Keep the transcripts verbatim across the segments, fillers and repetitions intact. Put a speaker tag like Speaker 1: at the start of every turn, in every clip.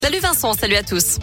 Speaker 1: Salut Vincent, salut à tous.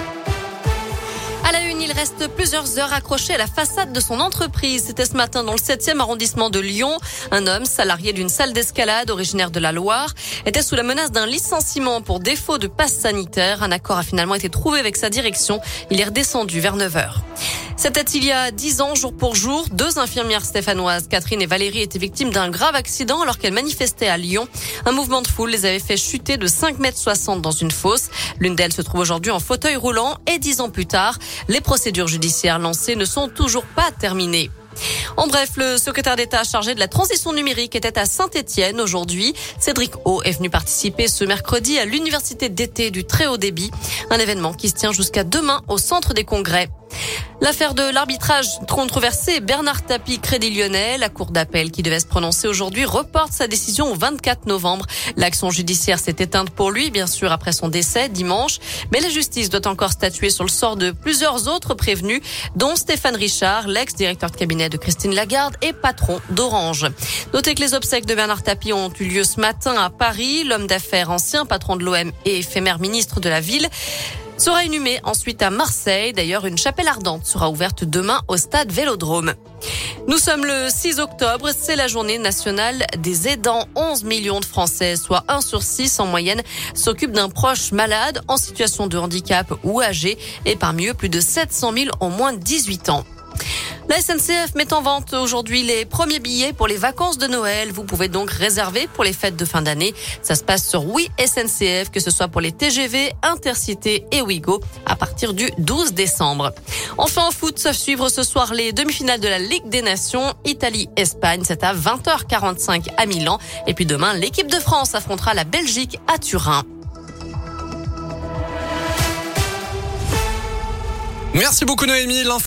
Speaker 1: À la une, il reste plusieurs heures accroché à la façade de son entreprise. C'était ce matin dans le septième arrondissement de Lyon. Un homme, salarié d'une salle d'escalade originaire de la Loire, était sous la menace d'un licenciement pour défaut de passe sanitaire. Un accord a finalement été trouvé avec sa direction. Il est redescendu vers neuf heures. C'était il y a dix ans, jour pour jour. Deux infirmières stéphanoises, Catherine et Valérie, étaient victimes d'un grave accident alors qu'elles manifestaient à Lyon. Un mouvement de foule les avait fait chuter de cinq mètres soixante dans une fosse. L'une d'elles se trouve aujourd'hui en fauteuil roulant et dix ans plus tard, les procédures judiciaires lancées ne sont toujours pas terminées. En bref, le secrétaire d'État chargé de la transition numérique était à Saint-Étienne aujourd'hui. Cédric O est venu participer ce mercredi à l'université d'été du très haut débit, un événement qui se tient jusqu'à demain au centre des congrès. L'affaire de l'arbitrage controversé Bernard Tapie Crédit Lyonnais, la cour d'appel qui devait se prononcer aujourd'hui reporte sa décision au vingt-quatre novembre. L'action judiciaire s'est éteinte pour lui, bien sûr, après son décès dimanche, mais la justice doit encore statuer sur le sort de plusieurs autres prévenus, dont Stéphane Richard, l'ex-directeur de cabinet de Christine Lagarde et patron d'Orange. Notez que les obsèques de Bernard Tapie ont eu lieu ce matin à Paris. L'homme d'affaires, ancien patron de l'O M et éphémère ministre de la Ville, sera inhumé ensuite à Marseille. D'ailleurs, une chapelle ardente sera ouverte demain au stade Vélodrome. Nous sommes le six octobre, c'est la journée nationale des aidants. onze millions de Français, soit un sur six en moyenne, s'occupent d'un proche malade en situation de handicap ou âgé, et parmi eux, plus de sept cent mille ont moins de dix-huit ans. La S N C F met en vente aujourd'hui les premiers billets pour les vacances de Noël. Vous pouvez donc réserver pour les fêtes de fin d'année. Ça se passe sur Oui S N C F, que ce soit pour les T G V, Intercités et Ouigo, à partir du douze décembre. Enfin en foot, sauf suivre ce soir les demi-finales de la Ligue des Nations. Italie-Espagne, c'est à vingt heures quarante-cinq à Milan. Et puis demain, l'équipe de France affrontera la Belgique à Turin.
Speaker 2: Merci beaucoup Noémie.